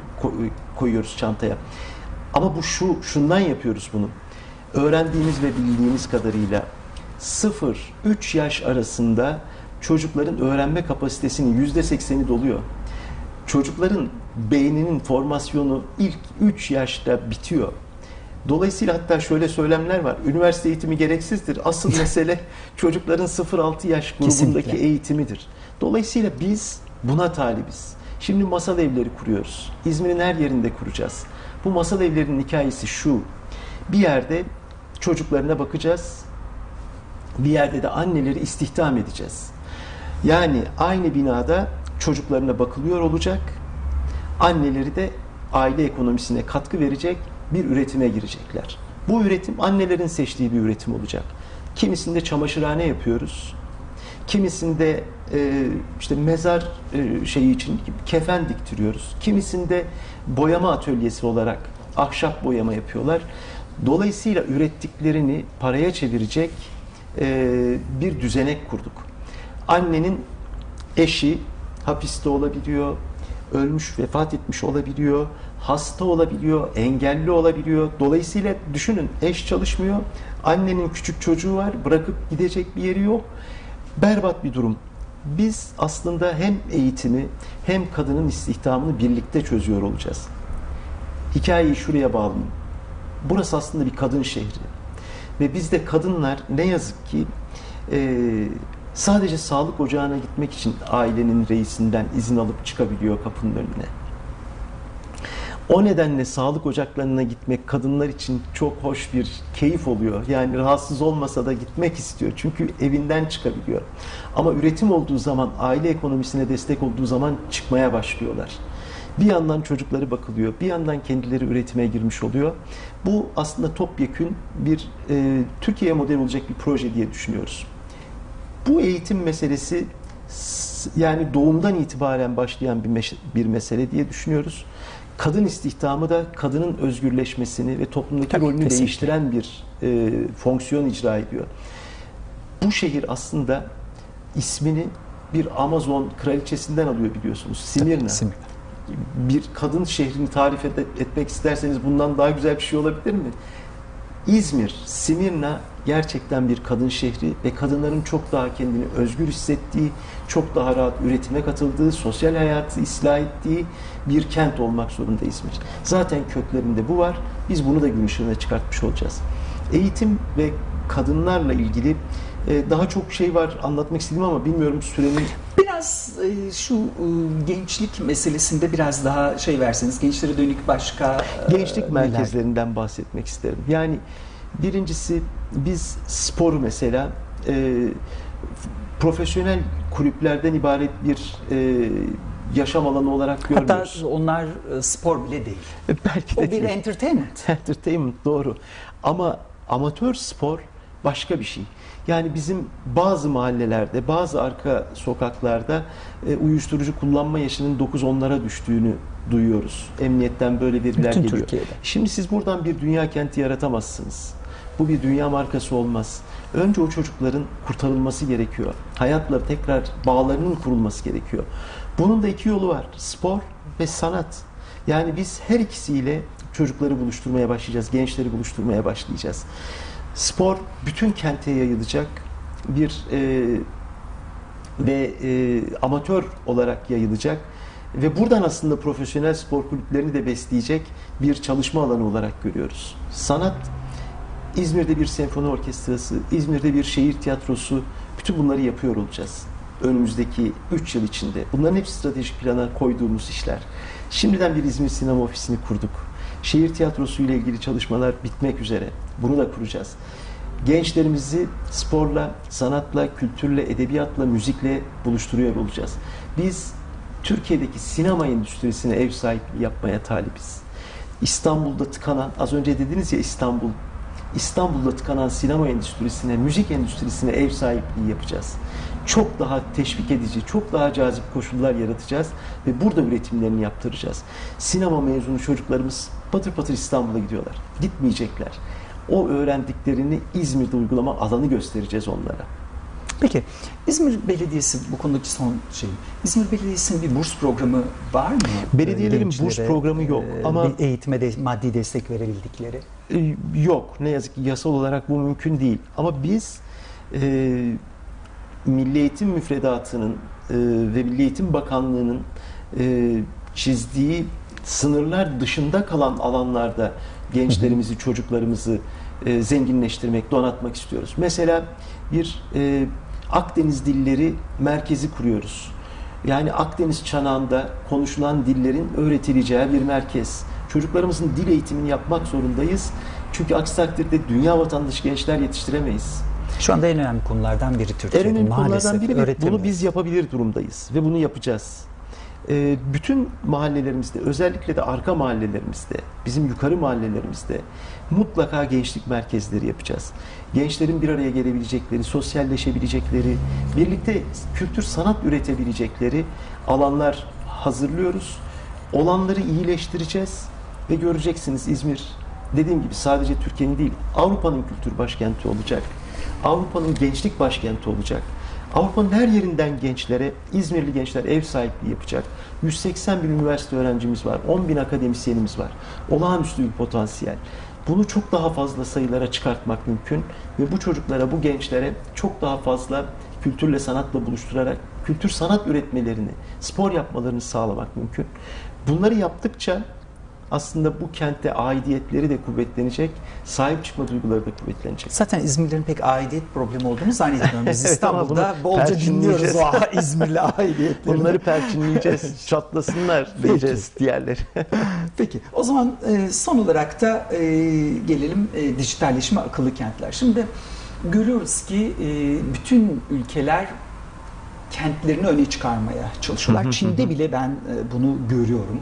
koyuyoruz çantaya. Ama bu şu, şundan yapıyoruz bunu. Öğrendiğimiz ve bildiğimiz kadarıyla sıfır üç yaş arasında çocukların öğrenme kapasitesinin yüzde sekseni doluyor. Çocukların beyninin formasyonu ilk üç yaşta bitiyor. Dolayısıyla hatta şöyle söylemler var. Üniversite eğitimi gereksizdir. Asıl mesele çocukların sıfır altı yaş grubundaki Kesinlikle. eğitimidir. Dolayısıyla biz buna talibiz. Şimdi masal evleri kuruyoruz. İzmir'in her yerinde kuracağız. Bu masal evlerinin hikayesi şu. Bir yerde çocuklarına bakacağız. Bir yerde de anneleri istihdam edeceğiz. Yani aynı binada çocuklarına bakılıyor olacak. Anneleri de aile ekonomisine katkı verecek bir üretime girecekler. Bu üretim annelerin seçtiği bir üretim olacak. Kimisinde çamaşırhane yapıyoruz. Kimisinde e, işte mezar e, şeyi için kefen diktiriyoruz. Kimisinde boyama atölyesi olarak ahşap boyama yapıyorlar. Dolayısıyla ürettiklerini paraya çevirecek e, bir düzenek kurduk. Annenin eşi hapiste olabiliyor, ölmüş, vefat etmiş olabiliyor, hasta olabiliyor, engelli olabiliyor. Dolayısıyla düşünün, eş çalışmıyor, annenin küçük çocuğu var, bırakıp gidecek bir yeri yok. Berbat bir durum. Biz aslında hem eğitimi hem kadının istihdamını birlikte çözüyor olacağız. Hikayeyi şuraya bağlayayım. Burası aslında bir kadın şehri. Ve bizde kadınlar ne yazık ki e, sadece sağlık ocağına gitmek için ailenin reisinden izin alıp çıkabiliyor kapının önüne. O nedenle sağlık ocaklarına gitmek kadınlar için çok hoş bir keyif oluyor. Yani rahatsız olmasa da gitmek istiyor. Çünkü evinden çıkabiliyor. Ama üretim olduğu zaman, aile ekonomisine destek olduğu zaman çıkmaya başlıyorlar. Bir yandan çocukları bakılıyor, bir yandan kendileri üretime girmiş oluyor. Bu aslında topyekün bir e, Türkiye modeli olacak bir proje diye düşünüyoruz. Bu eğitim meselesi yani doğumdan itibaren başlayan bir, bir mesele diye düşünüyoruz. Kadın istihdamı da kadının özgürleşmesini ve toplumdaki Tabii, rolünü kesinlikle. değiştiren bir e, fonksiyon icra ediyor. Bu şehir aslında ismini bir Amazon kraliçesinden alıyor biliyorsunuz. Simirna. Tabii, bir kadın şehrini tarif et, etmek isterseniz bundan daha güzel bir şey olabilir mi? İzmir, Simirna gerçekten bir kadın şehri ve kadınların çok daha kendini özgür hissettiği, çok daha rahat üretime katıldığı, sosyal hayatı ıslah ettiği bir kent olmak zorunda İzmir. Zaten köklerinde bu var. Biz bunu da gün ışığına çıkartmış olacağız. Eğitim ve kadınlarla ilgili daha çok şey var anlatmak istedim ama bilmiyorum sürenin... Biraz şu gençlik meselesinde biraz daha şey verseniz, gençlere dönük başka... Gençlik merkezlerinden bahsetmek isterim. Yani birincisi biz sporu mesela e, profesyonel kulüplerden ibaret bir e, yaşam alanı olarak görmüyoruz. Hatta onlar spor bile değil. Belki de o bir değil. entertainment. Entertainment doğru. Ama amatör spor başka bir şey. Yani bizim bazı mahallelerde, bazı arka sokaklarda e, uyuşturucu kullanma yaşının dokuz onlara düştüğünü duyuyoruz. Emniyetten böyle veriler Bütün geliyor. Türkiye'de. Şimdi siz buradan bir dünya kenti yaratamazsınız. Bu bir dünya markası olmaz. Önce o çocukların kurtarılması gerekiyor. Hayatla tekrar bağlarının kurulması gerekiyor. Bunun da iki yolu var. Spor ve sanat. Yani biz her ikisiyle çocukları buluşturmaya başlayacağız, gençleri buluşturmaya başlayacağız. Spor bütün kente yayılacak bir e, ve e, amatör olarak yayılacak ve buradan aslında profesyonel spor kulüplerini de besleyecek bir çalışma alanı olarak görüyoruz. Sanat, İzmir'de bir senfoni orkestrası, İzmir'de bir şehir tiyatrosu, bütün bunları yapıyor olacağız önümüzdeki üç yıl içinde. Bunların hepsi stratejik plana koyduğumuz işler. Şimdiden bir İzmir Sinema Ofisi'ni kurduk. Şehir tiyatrosu ile ilgili çalışmalar bitmek üzere. Bunu da kuracağız. Gençlerimizi sporla, sanatla, kültürle, edebiyatla, müzikle buluşturuyor olacağız. Biz Türkiye'deki sinema endüstrisine ev sahipliği yapmaya talibiz. İstanbul'da tıkanan, az önce dediniz ya İstanbul, İstanbul'da tıkanan sinema endüstrisine, müzik endüstrisine ev sahipliği yapacağız. Çok daha teşvik edici, çok daha cazip koşullar yaratacağız ve burada üretimlerini yaptıracağız. Sinema mezunu çocuklarımız patır patır İstanbul'a gidiyorlar. Gitmeyecekler. O öğrendiklerini İzmir'de uygulama alanı göstereceğiz onlara. Peki, İzmir Belediyesi bu konudaki son şey. İzmir Belediyesi'nin bir burs programı var mı? Belediyelerin Gençlere, burs programı yok ama bir eğitime de maddi destek verebildikleri. Yok, ne yazık ki yasal olarak bu mümkün değil. Ama biz e, Milli Eğitim Müfredatı'nın e, ve Milli Eğitim Bakanlığı'nın e, çizdiği sınırlar dışında kalan alanlarda gençlerimizi, çocuklarımızı e, zenginleştirmek, donatmak istiyoruz. Mesela bir e, Akdeniz Dilleri Merkezi kuruyoruz. Yani Akdeniz çanağında konuşulan dillerin öğretileceği bir merkez. Çocuklarımızın dil eğitimini yapmak zorundayız. Çünkü aksi takdirde dünya vatandaşı gençler yetiştiremeyiz. Şu anda en önemli konulardan biri Türkiye'de. En önemli maalesef konulardan biri ve bunu öğretemiyoruz. biz yapabilir durumdayız ve bunu yapacağız. Ee, bütün mahallelerimizde, özellikle de arka mahallelerimizde, bizim yukarı mahallelerimizde mutlaka gençlik merkezleri yapacağız. Gençlerin bir araya gelebilecekleri, sosyalleşebilecekleri, birlikte kültür sanat üretebilecekleri alanlar hazırlıyoruz. Olanları iyileştireceğiz ve göreceksiniz İzmir, dediğim gibi sadece Türkiye'nin değil, Avrupa'nın kültür başkenti olacak. Avrupa'nın gençlik başkenti olacak. Avrupa'nın her yerinden gençlere, İzmirli gençler ev sahipliği yapacak. yüz seksen bin üniversite öğrencimiz var, on bin akademisyenimiz var. Olağanüstü bir potansiyel. Bunu çok daha fazla sayılara çıkartmak mümkün ve bu çocuklara, bu gençlere çok daha fazla kültürle, sanatla buluşturarak kültür sanat üretmelerini, spor yapmalarını sağlamak mümkün. Bunları yaptıkça aslında bu kentte aidiyetleri de kuvvetlenecek, sahip çıkma duyguları da kuvvetlenecek. Zaten İzmirlilerin pek aidiyet problemi olduğunu zannetmiyorum. Biz Evet, İstanbul'da bolca dinliyoruz o İzmirli aidiyetlerini. Bunları perçinleyeceğiz, çatlasınlar diyeceğiz diğerleri. Peki, o zaman son olarak da gelelim dijitalleşme, akıllı kentler. Şimdi görüyoruz ki bütün ülkeler kentlerini öne çıkarmaya çalışıyorlar. Çin'de bile ben bunu görüyorum.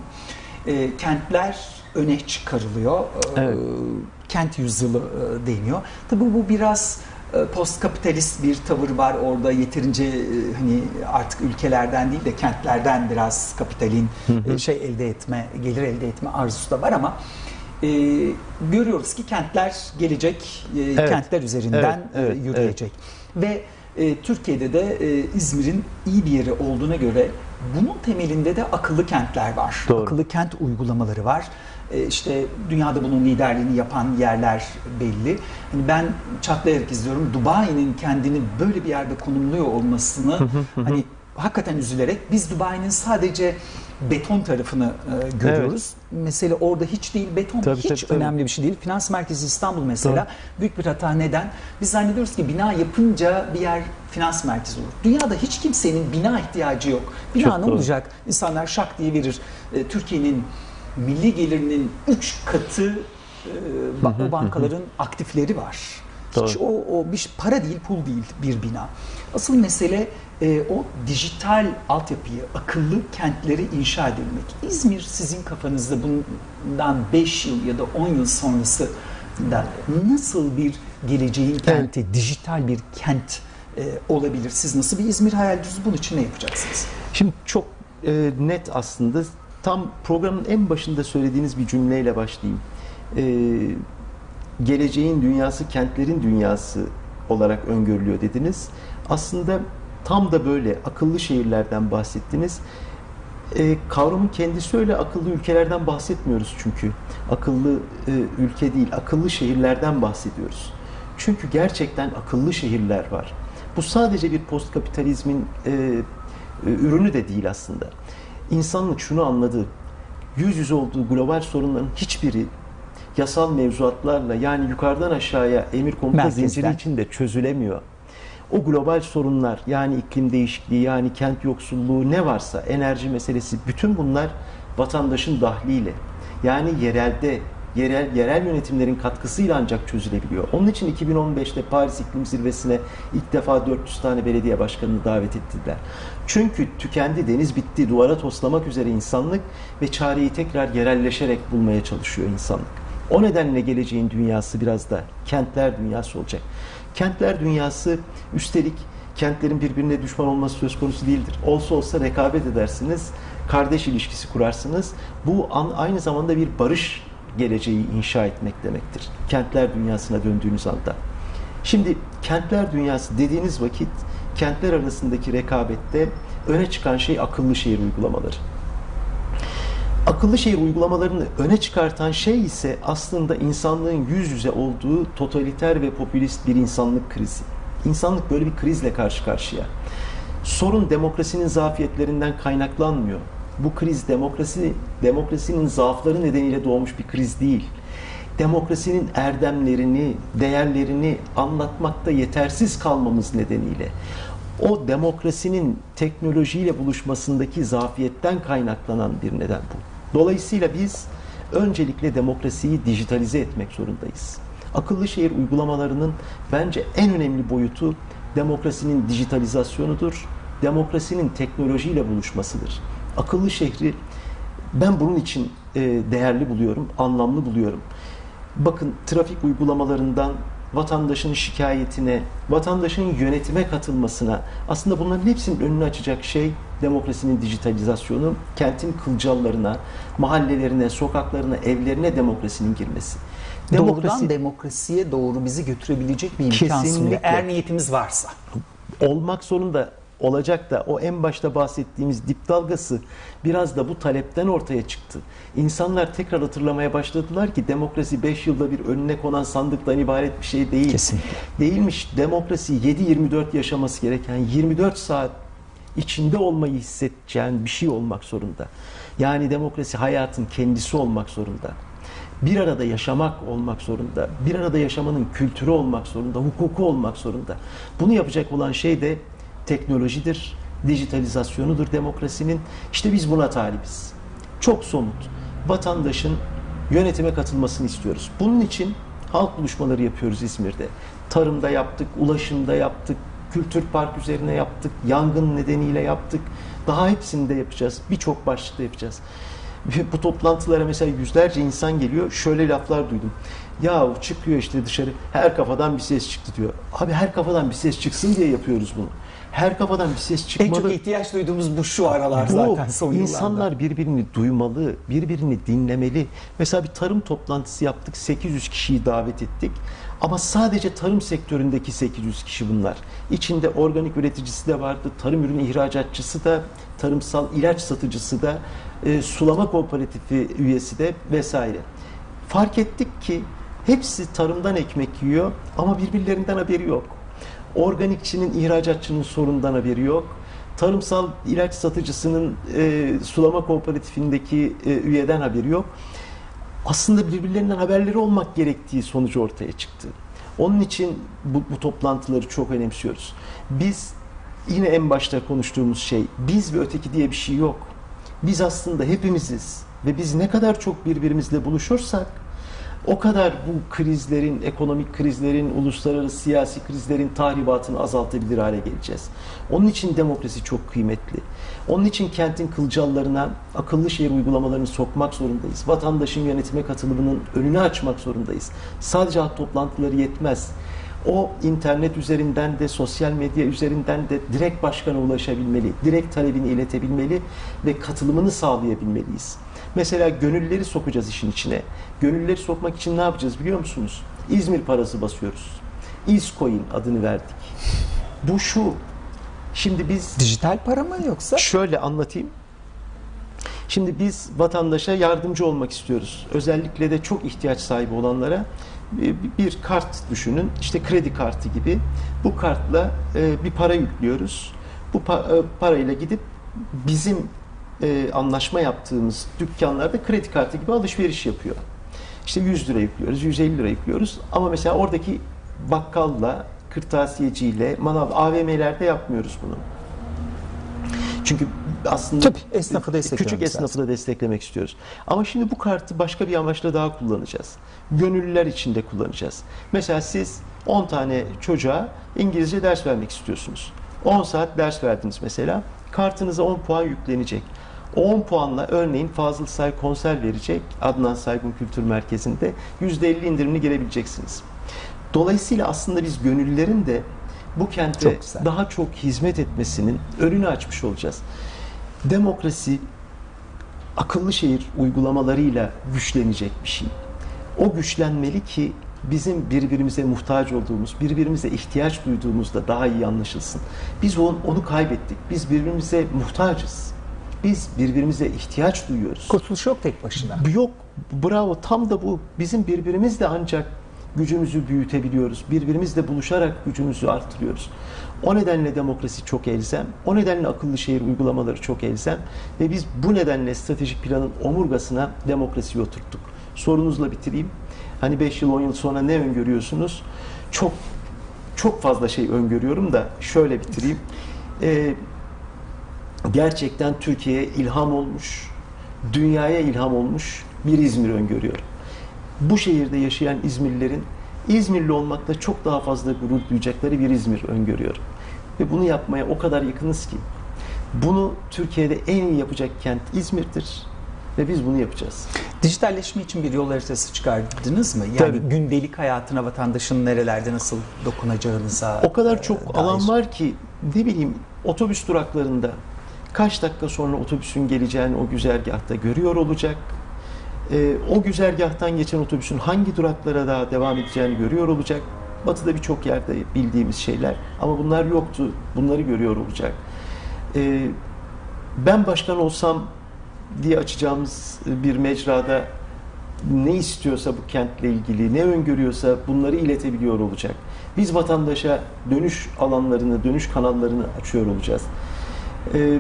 E, kentler öne çıkarılıyor. Evet. E, kent yüzyılı e, deniyor. Tabii bu biraz e, post kapitalist bir tavır var orada. Yeterince e, hani artık ülkelerden değil de kentlerden biraz kapitalin e, şey elde etme, gelir elde etme arzusu da var ama e, görüyoruz ki kentler gelecek, e, Evet. kentler üzerinden Evet, evet, e, yürüyecek. Evet. Ve e, Türkiye'de de e, İzmir'in iyi bir yeri olduğuna göre Bunun temelinde de akıllı kentler var. Doğru. Akıllı kent uygulamaları var. E, işte dünyada bunun liderliğini yapan yerler belli. Hani ben çatlayarak izliyorum. Dubai'nin kendini böyle bir yerde konumluyor olmasını hani hakikaten üzülerek, biz Dubai'nin sadece beton tarafını e, görüyoruz. Evet. Mesele orada hiç değil, beton tabii, hiç tabii, tabii. önemli bir şey değil. Finans merkezi İstanbul mesela Doğru. büyük bir hata. Neden? Biz zannediyoruz ki bina yapınca bir yer finans merkezi olur. Dünyada hiç kimsenin bina ihtiyacı yok. Bina Çok ne doğru. olacak? İnsanlar şak diye verir. E, Türkiye'nin milli gelirinin üç katı e, o bankaların aktifleri var. Doğru. Hiç o, o bir para değil, pul değil bir bina. Asıl mesele e, o dijital altyapıyı, akıllı kentleri inşa edilmek. İzmir sizin kafanızda bundan beş yıl ya da on yıl sonrası da nasıl bir geleceğin kenti, evet. dijital bir kent e, olabilir? Siz nasıl bir İzmir hayal ediyorsunuz? Bunun için ne yapacaksınız? Şimdi çok e, net aslında. Tam programın en başında söylediğiniz bir cümleyle başlayayım. Ee, geleceğin dünyası, kentlerin dünyası olarak öngörülüyor dediniz. Aslında tam da böyle akıllı şehirlerden bahsettiniz. Ee, kavramın kendisi öyle, akıllı ülkelerden bahsetmiyoruz çünkü. Akıllı e, ülke değil, akıllı şehirlerden bahsediyoruz. Çünkü gerçekten akıllı şehirler var. Bu sadece bir postkapitalizmin e, e, ürünü de değil aslında. İnsanlık şunu anladı, yüz yüze olduğu global sorunların hiçbiri yasal mevzuatlarla, yani yukarıdan aşağıya emir komuta zinciri içinde çözülemiyor. O global sorunlar, yani iklim değişikliği, yani kent yoksulluğu, ne varsa, enerji meselesi, bütün bunlar vatandaşın dahliyle, yani yerelde, yerel yerel yönetimlerin katkısıyla ancak çözülebiliyor. Onun için iki bin on beşte Paris İklim Zirvesi'ne ilk defa dört yüz tane belediye başkanını davet ettiler. Çünkü tükendi, deniz bitti, duvara toslamak üzere insanlık ve çareyi tekrar yerelleşerek bulmaya çalışıyor insanlık. O nedenle geleceğin dünyası biraz da kentler dünyası olacak. Kentler dünyası, üstelik kentlerin birbirine düşman olması söz konusu değildir. Olsa olsa rekabet edersiniz, kardeş ilişkisi kurarsınız. Bu an, aynı zamanda bir barış geleceği inşa etmek demektir. Kentler dünyasına döndüğünüz anda. Şimdi kentler dünyası dediğiniz vakit kentler arasındaki rekabette öne çıkan şey akıllı şehir uygulamaları. Akıllı şehir uygulamalarını öne çıkartan şey ise aslında insanlığın yüz yüze olduğu totaliter ve popülist bir insanlık krizi. İnsanlık böyle bir krizle karşı karşıya. Sorun demokrasinin zafiyetlerinden kaynaklanmıyor. Bu kriz demokrasi, demokrasinin zaafları nedeniyle doğmuş bir kriz değil. Demokrasinin erdemlerini, değerlerini anlatmakta yetersiz kalmamız nedeniyle, o demokrasinin teknolojiyle buluşmasındaki zafiyetten kaynaklanan bir neden bu. Dolayısıyla biz öncelikle demokrasiyi dijitalize etmek zorundayız. Akıllı şehir uygulamalarının bence en önemli boyutu demokrasinin dijitalizasyonudur, demokrasinin teknolojiyle buluşmasıdır. Akıllı şehri ben bunun için değerli buluyorum, anlamlı buluyorum. Bakın, trafik uygulamalarından vatandaşın şikayetine, vatandaşın yönetime katılmasına, aslında bunların hepsinin önünü açacak şey demokrasinin dijitalizasyonu, kentin kılcallarına, mahallelerine, sokaklarına, evlerine demokrasinin girmesi. Demokrasi, doğrudan demokrasiye doğru bizi götürebilecek bir imkan sunuyor. Eğer niyetimiz varsa. Olmak zorunda, olacak da o en başta bahsettiğimiz dip dalgası biraz da bu talepten ortaya çıktı. İnsanlar tekrar hatırlamaya başladılar ki demokrasi beş yılda bir önüne konan sandıktan ibaret bir şey değil. Kesinlikle. Değilmiş. Demokrasi yedi yirmi dört yaşaması gereken, yirmi dört saat içinde olmayı hissedeceğin bir şey olmak zorunda. Yani demokrasi hayatın kendisi olmak zorunda. Bir arada yaşamak olmak zorunda. Bir arada yaşamanın kültürü olmak zorunda. Hukuku olmak zorunda. Bunu yapacak olan şey de teknolojidir, dijitalizasyonudur demokrasinin. İşte biz buna talibiz. Çok somut. Vatandaşın yönetime katılmasını istiyoruz. Bunun için halk buluşmaları yapıyoruz İzmir'de. Tarımda yaptık, ulaşımda yaptık, kültür park üzerine yaptık, yangın nedeniyle yaptık. Daha hepsini de yapacağız. Birçok başlıkta yapacağız. Bu toplantılara mesela yüzlerce insan geliyor. Şöyle laflar duydum. Ya çıkıyor işte dışarı, her kafadan bir ses çıktı diyor. Abi her kafadan bir ses çıksın diye yapıyoruz bunu. Her kafadan bir ses çıkmalı. En çok ihtiyaç duyduğumuz bu şu aralar bu, zaten son yıllarda. İnsanlar birbirini duymalı, birbirini dinlemeli. Mesela bir tarım toplantısı yaptık, sekiz yüz kişiyi davet ettik. Ama sadece tarım sektöründeki sekiz yüz kişi bunlar. İçinde organik üreticisi de vardı, tarım ürünü ihracatçısı da, tarımsal ilaç satıcısı da, e, sulama kooperatifi üyesi de vesaire. Fark ettik ki hepsi tarımdan ekmek yiyor ama birbirlerinden haberi yok. Organikçinin, ihracatçının sorundan haberi yok. Tarımsal ilaç satıcısının e, sulama kooperatifindeki e, üyeden haberi yok. Aslında birbirlerinden haberleri olmak gerektiği sonucu ortaya çıktı. Onun için bu, bu toplantıları çok önemsiyoruz. Biz yine en başta konuştuğumuz şey, biz ve öteki diye bir şey yok. Biz aslında hepimiziz ve biz ne kadar çok birbirimizle buluşursak o kadar bu krizlerin, ekonomik krizlerin, uluslararası siyasi krizlerin tahribatını azaltabilir hale geleceğiz. Onun için demokrasi çok kıymetli. Onun için kentin kılcallarına akıllı şehir uygulamalarını sokmak zorundayız. Vatandaşın yönetime katılımının önünü açmak zorundayız. Sadece halk toplantıları yetmez. O internet üzerinden de, sosyal medya üzerinden de direkt başkana ulaşabilmeli, direkt talebini iletebilmeli ve katılımını sağlayabilmeliyiz. Mesela gönüllüleri sokacağız işin içine. Gönüllüleri sokmak için ne yapacağız biliyor musunuz? İzmir parası basıyoruz. İzcoin adını verdik. Bu şu, şimdi biz... Dijital para mı yoksa? Şöyle anlatayım. Şimdi biz vatandaşa yardımcı olmak istiyoruz. Özellikle de çok ihtiyaç sahibi olanlara bir kart düşünün. İşte kredi kartı gibi. Bu kartla bir para yüklüyoruz. Bu parayla gidip bizim anlaşma yaptığımız dükkanlarda kredi kartı gibi alışveriş yapıyor. İşte yüz lira yüklüyoruz, yüz elli lira yüklüyoruz. Ama mesela oradaki bakkalla, kırtasiyeciyle, manav, A V M'lerde yapmıyoruz bunu. Çünkü aslında Tabii, esnafı küçük esnafı da desteklemek istiyoruz. Ama şimdi bu kartı başka bir amaçla daha kullanacağız. Gönüllüler için de kullanacağız. Mesela siz on tane çocuğa İngilizce ders vermek istiyorsunuz. on saat ders verdiniz mesela. Kartınıza on puan yüklenecek. O on puanla örneğin Fazıl Say konser verecek Adnan Saygun Kültür Merkezi'nde yüzde elli indirimli gelebileceksiniz. Dolayısıyla aslında biz gönüllülerin de bu kente çok daha çok hizmet etmesinin önünü açmış olacağız. Demokrasi akıllı şehir uygulamalarıyla güçlenecek bir şey. O güçlenmeli ki bizim birbirimize muhtaç olduğumuz, birbirimize ihtiyaç duyduğumuzda daha iyi anlaşılsın. Biz onu, onu kaybettik. Biz birbirimize muhtacız. Biz birbirimize ihtiyaç duyuyoruz. Kurtuluş yok tek başına. Yok. Bravo. Tam da bu. Bizim birbirimizle ancak gücümüzü büyütebiliyoruz. Birbirimizle buluşarak gücümüzü artırıyoruz. O nedenle demokrasi çok elzem. O nedenle akıllı şehir uygulamaları çok elzem. Ve biz bu nedenle stratejik planın omurgasına demokrasiyi oturttuk. Sorunuzla bitireyim. Hani beş yıl on yıl sonra ne öngörüyorsunuz? Çok çok fazla şey öngörüyorum da şöyle bitireyim. Ee, gerçekten Türkiye'ye ilham olmuş, dünyaya ilham olmuş bir İzmir öngörüyorum. Bu şehirde yaşayan İzmirlilerin İzmirli olmakta çok daha fazla gurur duyacakları bir İzmir öngörüyorum. Ve bunu yapmaya o kadar yakınız ki bunu Türkiye'de en iyi yapacak kent İzmir'dir. Ve biz bunu yapacağız. Dijitalleşme için bir yol haritası çıkardınız mı? Yani Tabii. Gündelik hayatına vatandaşın nerelerde nasıl dokunacağınıza o kadar çok e, alan var ki ne bileyim otobüs duraklarında kaç dakika sonra otobüsün geleceğini o güzergahta görüyor olacak. Ee, o güzergahtan geçen otobüsün hangi duraklara daha devam edeceğini görüyor olacak. Batı'da birçok yerde bildiğimiz şeyler ama bunlar yoktu. Bunları görüyor olacak. Ee, ben başkan olsam diye açacağımız bir mecrada ne istiyorsa bu kentle ilgili, ne öngörüyorsa bunları iletebiliyor olacak. Biz vatandaşa dönüş alanlarını, dönüş kanallarını açıyor olacağız. Ee,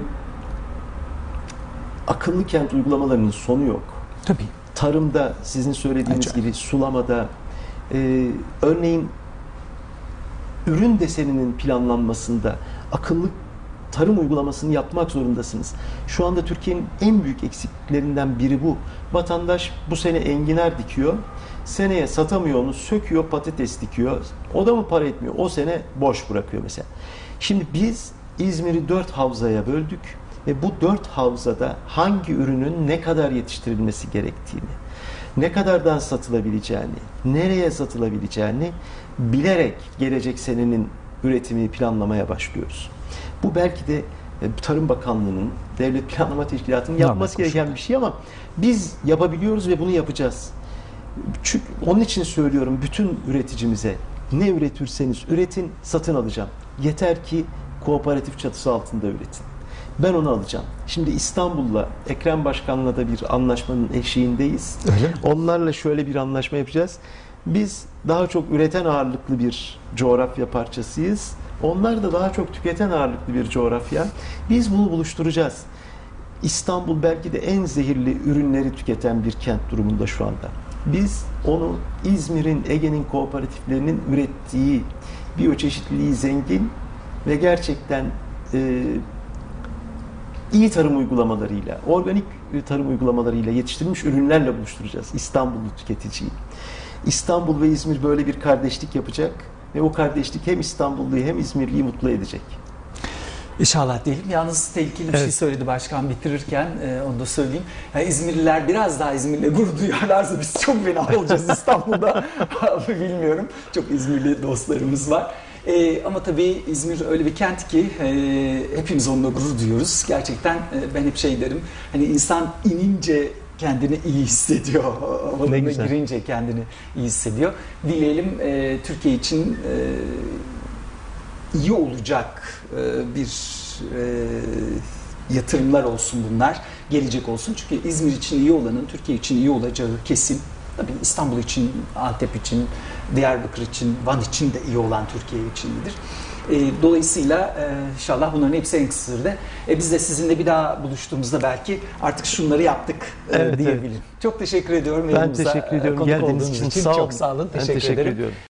akıllı kent uygulamalarının sonu yok. Tabii. Tarımda sizin söylediğiniz Acayip. gibi sulamada, e, örneğin ürün deseninin planlanmasında akıllı tarım uygulamasını yapmak zorundasınız. Şu anda Türkiye'nin en büyük eksiklerinden biri bu. Vatandaş bu sene enginar dikiyor. Seneye satamıyor onu, söküyor, patates dikiyor. O da mı para etmiyor? O sene boş bırakıyor mesela. Şimdi biz İzmir'i dört havzaya böldük ve bu dört havzada hangi ürünün ne kadar yetiştirilmesi gerektiğini, ne kadardan satılabileceğini, nereye satılabileceğini bilerek gelecek senenin üretimi planlamaya başlıyoruz. Bu belki de Tarım Bakanlığı'nın, Devlet Planlama Teşkilatı'nın yapması gereken bir şey ama biz yapabiliyoruz ve bunu yapacağız. Çünkü onun için söylüyorum bütün üreticimize, ne üretirseniz üretin, satın alacağım. Yeter ki kooperatif çatısı altında üretin. Ben onu alacağım. Şimdi İstanbul'la, Ekrem Başkan'la da bir anlaşmanın eşiğindeyiz. Öyle mi? Onlarla şöyle bir anlaşma yapacağız. Biz daha çok üreten ağırlıklı bir coğrafya parçasıyız. Onlar da daha çok tüketen ağırlıklı bir coğrafya. Biz bunu buluşturacağız. İstanbul belki de en zehirli ürünleri tüketen bir kent durumunda şu anda. Biz onu İzmir'in, Ege'nin kooperatiflerinin ürettiği biyoçeşitliliği zengin ve gerçekten e, iyi tarım uygulamalarıyla, organik tarım uygulamalarıyla yetiştirilmiş ürünlerle buluşturacağız İstanbullu tüketiciyi. İstanbul ve İzmir böyle bir kardeşlik yapacak ve o kardeşlik hem İstanbulluyu hem İzmirliyi mutlu edecek. İnşallah diyelim. Yalnız tehlikeli bir Evet. şey söyledi başkan bitirirken, e, onu da söyleyeyim. Yani İzmirliler biraz daha İzmir'le gurur duyarlarsa biz çok fena olacağız İstanbul'da. Bilmiyorum. Çok İzmirli dostlarımız var. E, ama tabii İzmir öyle bir kent ki e, hepimiz onunla gurur duyuyoruz. Gerçekten e, ben hep şey derim. Hani insan inince kendini iyi hissediyor. Havalarına girince kendini iyi hissediyor. Dileyelim e, Türkiye için e, iyi olacak e, bir e, yatırımlar olsun bunlar. Gelecek olsun. Çünkü İzmir için iyi olanın Türkiye için iyi olacağı kesin. Tabii İstanbul için, Antep için, Diyarbakır için, Van için de iyi olan Türkiye için iyidir. E, dolayısıyla e, inşallah bunların hepsi en kısa sürede. E, biz de sizinle bir daha buluştuğumuzda belki artık şunları yaptık e, Evet, diyebilirim. evet. Çok teşekkür ediyorum. Ben teşekkür ediyorum. Konuk Geldiğiniz olduğunuz için için sağ olun. çok sağ olun. Ben Teşekkür, teşekkür ederim. ediyorum.